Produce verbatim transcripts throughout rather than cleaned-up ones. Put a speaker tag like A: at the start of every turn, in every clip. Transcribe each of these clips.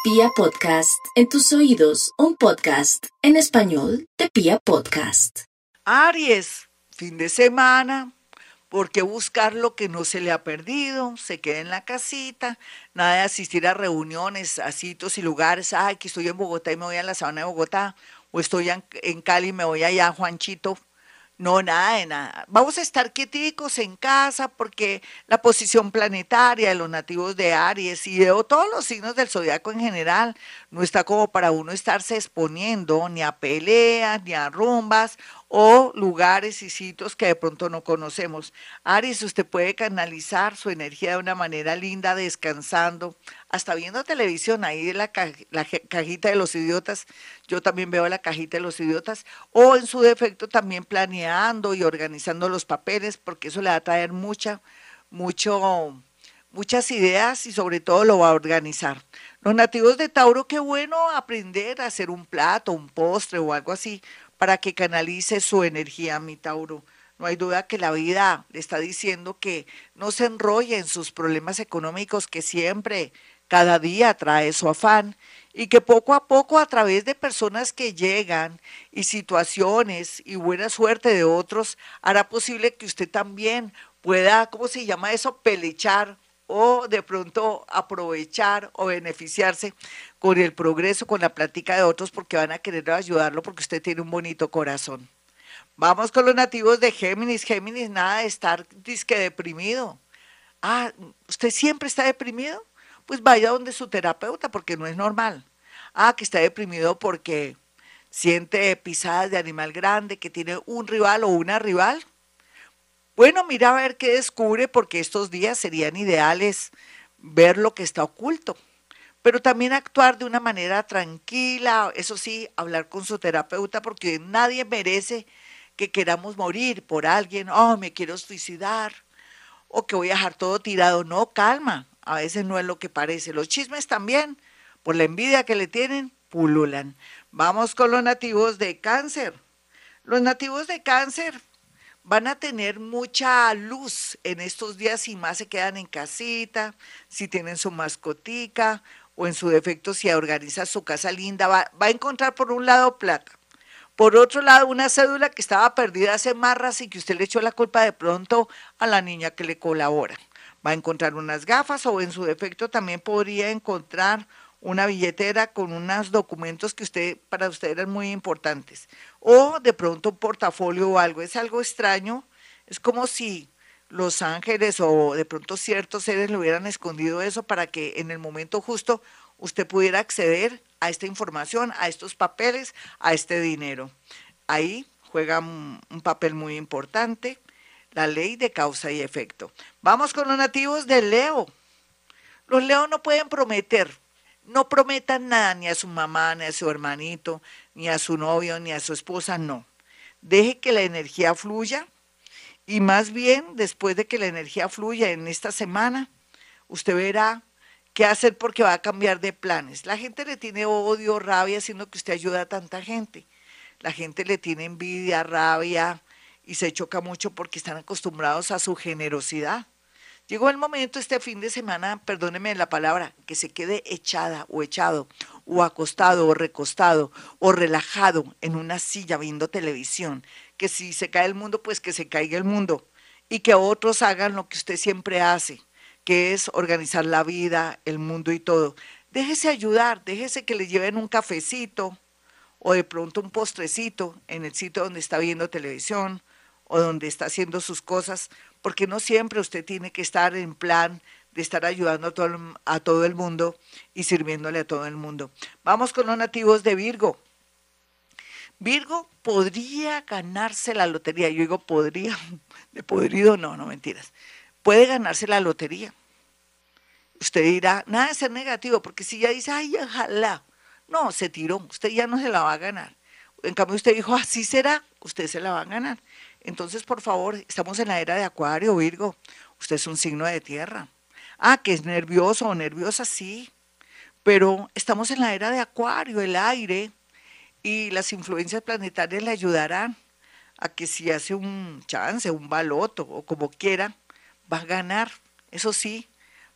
A: Pia Podcast, en tus oídos, un podcast en español de Pia Podcast.
B: Aries, fin de semana, ¿por qué buscar lo que no se le ha perdido? Se queda en la casita, nada de asistir a reuniones, a sitios y lugares. Ay, que estoy en Bogotá y me voy a la sabana de Bogotá, o estoy en, en Cali y me voy allá, Juanchito. No, nada de nada. Vamos a estar quieticos en casa porque la posición planetaria de los nativos de Aries y de todos los signos del zodiaco en general no está como para uno estarse exponiendo ni a peleas, ni a rumbas o lugares y sitios que de pronto no conocemos. Aries, usted puede canalizar su energía de una manera linda, descansando, hasta viendo televisión, ahí de la, ca la cajita de los idiotas. Yo también veo la cajita de los idiotas, o en su defecto también planeando y organizando los papeles, porque eso le va a traer mucha, mucho, muchas ideas y sobre todo lo va a organizar. Los nativos de Tauro, qué bueno aprender a hacer un plato, un postre o algo así, para que canalice su energía, mi Tauro. No hay duda que la vida le está diciendo que no se enrolle en sus problemas económicos, que siempre, cada día trae su afán, y que poco a poco, a través de personas que llegan y situaciones y buena suerte de otros, hará posible que usted también pueda, ¿cómo se llama eso?, pelechar o de pronto aprovechar o beneficiarse con el progreso, con la plática de otros, porque van a querer ayudarlo porque usted tiene un bonito corazón. Vamos con los nativos de Géminis. Géminis, nada de estar disque deprimido. Ah, ¿usted siempre está deprimido? Pues vaya donde su terapeuta, porque no es normal. Ah, que está deprimido porque siente pisadas de animal grande, que tiene un rival o una rival. Bueno, mira a ver qué descubre, porque estos días serían ideales ver lo que está oculto, pero también actuar de una manera tranquila, eso sí, hablar con su terapeuta, porque nadie merece que queramos morir por alguien. Oh, me quiero suicidar, o que voy a dejar todo tirado. No, calma, a veces no es lo que parece. Los chismes también, por la envidia que le tienen, pululan. Vamos con los nativos de Cáncer. Los nativos de Cáncer van a tener mucha luz en estos días si más se quedan en casita, si tienen su mascotica o en su defecto si organiza su casa linda. Va, va a encontrar por un lado plata, por otro lado una cédula que estaba perdida hace marras y que usted le echó la culpa de pronto a la niña que le colabora. Va a encontrar unas gafas o en su defecto también podría encontrar una billetera con unos documentos que usted, para usted eran muy importantes, o de pronto un portafolio o algo. Es algo extraño, es como si los ángeles o de pronto ciertos seres le hubieran escondido eso para que en el momento justo usted pudiera acceder a esta información, a estos papeles, a este dinero. Ahí juega un, un papel muy importante la ley de causa y efecto. Vamos con los nativos de Leo. Los Leo no pueden prometer. No prometan nada, ni a su mamá, ni a su hermanito, ni a su novio, ni a su esposa, no. Deje que la energía fluya y más bien después de que la energía fluya en esta semana, usted verá qué hacer porque va a cambiar de planes. La gente le tiene odio, rabia, siendo que usted ayuda a tanta gente. La gente le tiene envidia, rabia y se choca mucho porque están acostumbrados a su generosidad. Llegó el momento este fin de semana, perdóneme la palabra, que se quede echada o echado, o acostado o recostado, o relajado en una silla viendo televisión. Que si se cae el mundo, pues que se caiga el mundo. Y que otros hagan lo que usted siempre hace, que es organizar la vida, el mundo y todo. Déjese ayudar, déjese que le lleven un cafecito, o de pronto un postrecito en el sitio donde está viendo televisión, o donde está haciendo sus cosas, porque no siempre usted tiene que estar en plan de estar ayudando a todo, a todo el mundo y sirviéndole a todo el mundo. Vamos con los nativos de Virgo. Virgo podría ganarse la lotería. Yo digo podría, de podrido no, no mentiras. Puede ganarse la lotería. Usted dirá, nada de ser negativo, porque si ya dice, ay, ojalá. No, se tiró, usted ya no se la va a ganar. En cambio usted dijo, así será, usted se la va a ganar. Entonces, por favor, estamos en la era de Acuario, Virgo. Usted es un signo de tierra. Ah, que es nervioso o nerviosa, sí. Pero estamos en la era de Acuario, el aire y las influencias planetarias le ayudarán a que si hace un chance, un baloto o como quiera, va a ganar. Eso sí,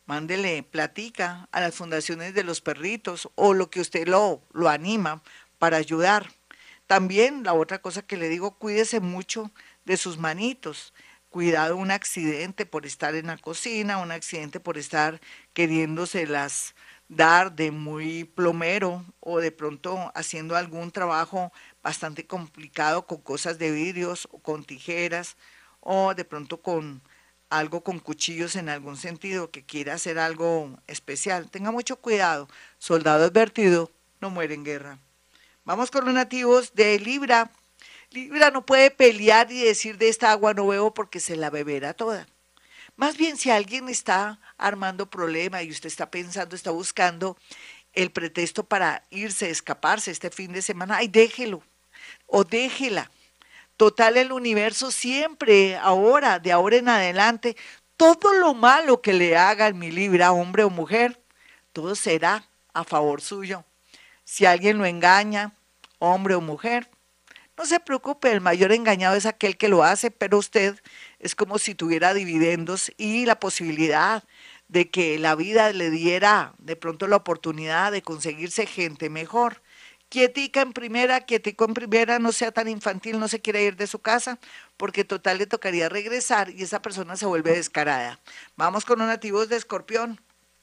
B: mándele platica a las fundaciones de los perritos o lo que usted lo, lo anima para ayudar. También la otra cosa que le digo, cuídese mucho de sus manitos. Cuidado un accidente por estar en la cocina, un accidente por estar queriéndoselas dar de muy plomero o de pronto haciendo algún trabajo bastante complicado con cosas de vidrios o con tijeras o de pronto con algo con cuchillos en algún sentido que quiera hacer algo especial. Tenga mucho cuidado. Soldado advertido no muere en guerra. Vamos con los nativos de Libra. Libra no puede pelear y decir de esta agua no bebo porque se la beberá toda. Más bien, si alguien está armando problema y usted está pensando, está buscando el pretexto para irse, escaparse este fin de semana, ay, déjelo o déjela. Total, el universo siempre, ahora, de ahora en adelante, todo lo malo que le haga mi Libra, hombre o mujer, todo será a favor suyo. Si alguien lo engaña, hombre o mujer, no se preocupe, el mayor engañado es aquel que lo hace, pero usted es como si tuviera dividendos y la posibilidad de que la vida le diera de pronto la oportunidad de conseguirse gente mejor. Quietica en primera, quietico en primera, no sea tan infantil, no se quiere ir de su casa, porque total le tocaría regresar y esa persona se vuelve descarada. Vamos con los nativos de Escorpión.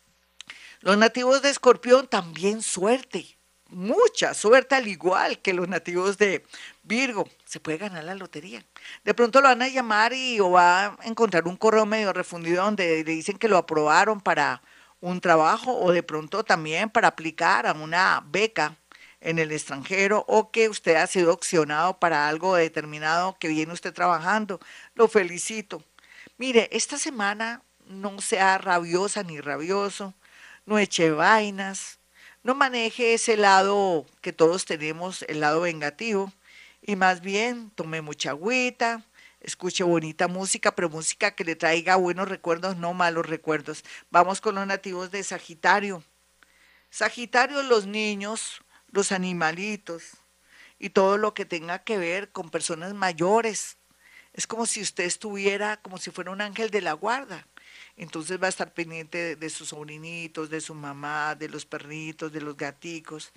B: Los nativos de Escorpión también suerte. Mucha suerte, al igual que los nativos de Virgo. Se puede ganar la lotería. De pronto lo van a llamar y o va a encontrar un correo medio refundido donde le dicen que lo aprobaron para un trabajo o de pronto también para aplicar a una beca en el extranjero o que usted ha sido opcionado para algo determinado que viene usted trabajando. Lo felicito. Mire, esta semana no sea rabiosa ni rabioso, no eche vainas, no maneje ese lado que todos tenemos, el lado vengativo, y más bien tome mucha agüita, escuche bonita música, pero música que le traiga buenos recuerdos, no malos recuerdos. Vamos con los nativos de Sagitario. Sagitario, los niños, los animalitos y todo lo que tenga que ver con personas mayores. Es como si usted estuviera, como si fuera un ángel de la guarda. Entonces va a estar pendiente de, de sus sobrinitos, de su mamá, de los perritos, de los gaticos,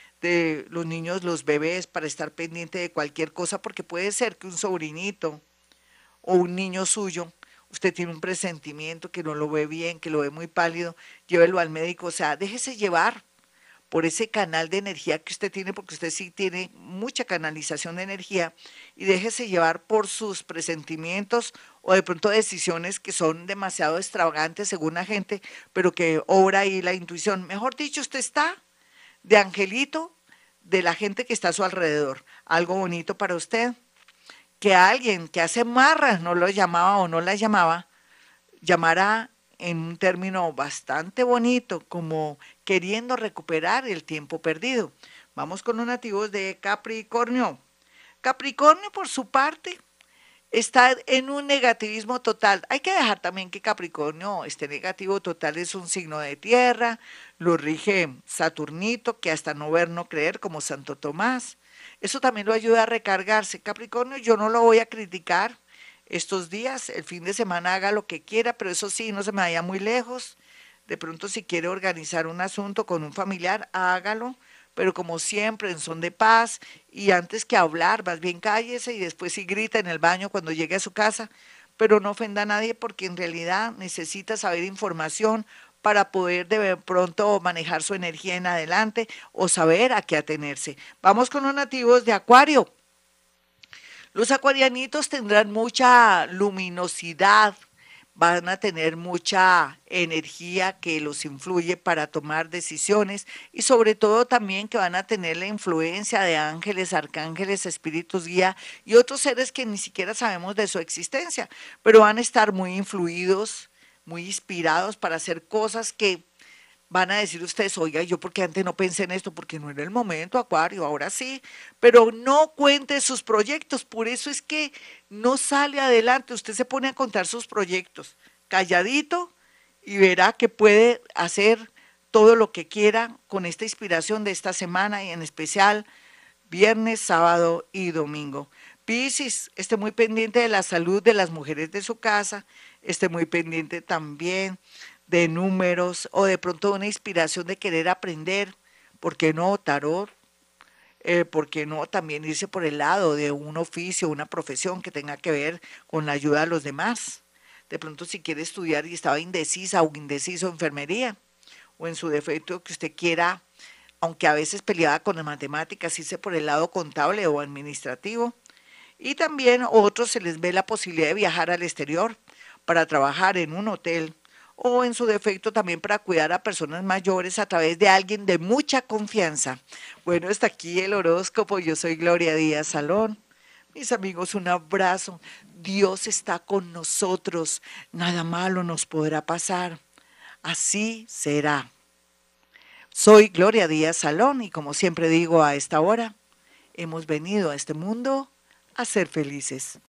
B: de los niños, los bebés, para estar pendiente de cualquier cosa, porque puede ser que un sobrinito o un niño suyo, usted tiene un presentimiento que no lo ve bien, que lo ve muy pálido, llévelo al médico, o sea, déjese llevar por ese canal de energía que usted tiene, porque usted sí tiene mucha canalización de energía, y déjese llevar por sus presentimientos o de pronto decisiones que son demasiado extravagantes según la gente, pero que obra ahí la intuición. Mejor dicho, usted está de angelito de la gente que está a su alrededor. Algo bonito para usted, que alguien que hace marras no lo llamaba o no la llamaba, llamará en un término bastante bonito, como queriendo recuperar el tiempo perdido. Vamos con los nativos de Capricornio. Capricornio, por su parte, está en un negativismo total. Hay que dejar también que Capricornio, este negativo total, es un signo de tierra, lo rige Saturnito, que hasta no ver, no creer, como Santo Tomás. Eso también lo ayuda a recargarse. Capricornio, yo no lo voy a criticar estos días, el fin de semana haga lo que quiera, pero eso sí, no se me vaya muy lejos. De pronto, si quiere organizar un asunto con un familiar, hágalo, pero como siempre, en son de paz, y antes que hablar, más bien cállese y después sí grita en el baño cuando llegue a su casa, pero no ofenda a nadie porque en realidad necesita saber información para poder de pronto manejar su energía en adelante o saber a qué atenerse. Vamos con los nativos de Acuario. Los acuarianitos tendrán mucha luminosidad, van a tener mucha energía que los influye para tomar decisiones y sobre todo también que van a tener la influencia de ángeles, arcángeles, espíritus guía y otros seres que ni siquiera sabemos de su existencia, pero van a estar muy influidos, muy inspirados para hacer cosas que van a decir ustedes, oiga, yo porque antes no pensé en esto, porque no era el momento, Acuario, ahora sí, pero no cuente sus proyectos, por eso es que no sale adelante, usted se pone a contar sus proyectos, calladito, y verá que puede hacer todo lo que quiera con esta inspiración de esta semana y en especial viernes, sábado y domingo. Piscis, esté muy pendiente de la salud de las mujeres de su casa, esté muy pendiente también de números o de pronto una inspiración de querer aprender, ¿por qué no tarot? Eh, ¿por qué no también irse por el lado de un oficio, una profesión que tenga que ver con la ayuda a los demás? De pronto si quiere estudiar y estaba indecisa o indeciso enfermería, o en su defecto que usted quiera, aunque a veces peleaba con las matemáticas, irse por el lado contable o administrativo. Y también a otros se les ve la posibilidad de viajar al exterior para trabajar en un hotel o en su defecto también para cuidar a personas mayores a través de alguien de mucha confianza. Bueno, hasta aquí el horóscopo. Yo soy Gloria Díaz Salón. Mis amigos, un abrazo. Dios está con nosotros. Nada malo nos podrá pasar. Así será. Soy Gloria Díaz Salón y como siempre digo a esta hora, hemos venido a este mundo a ser felices.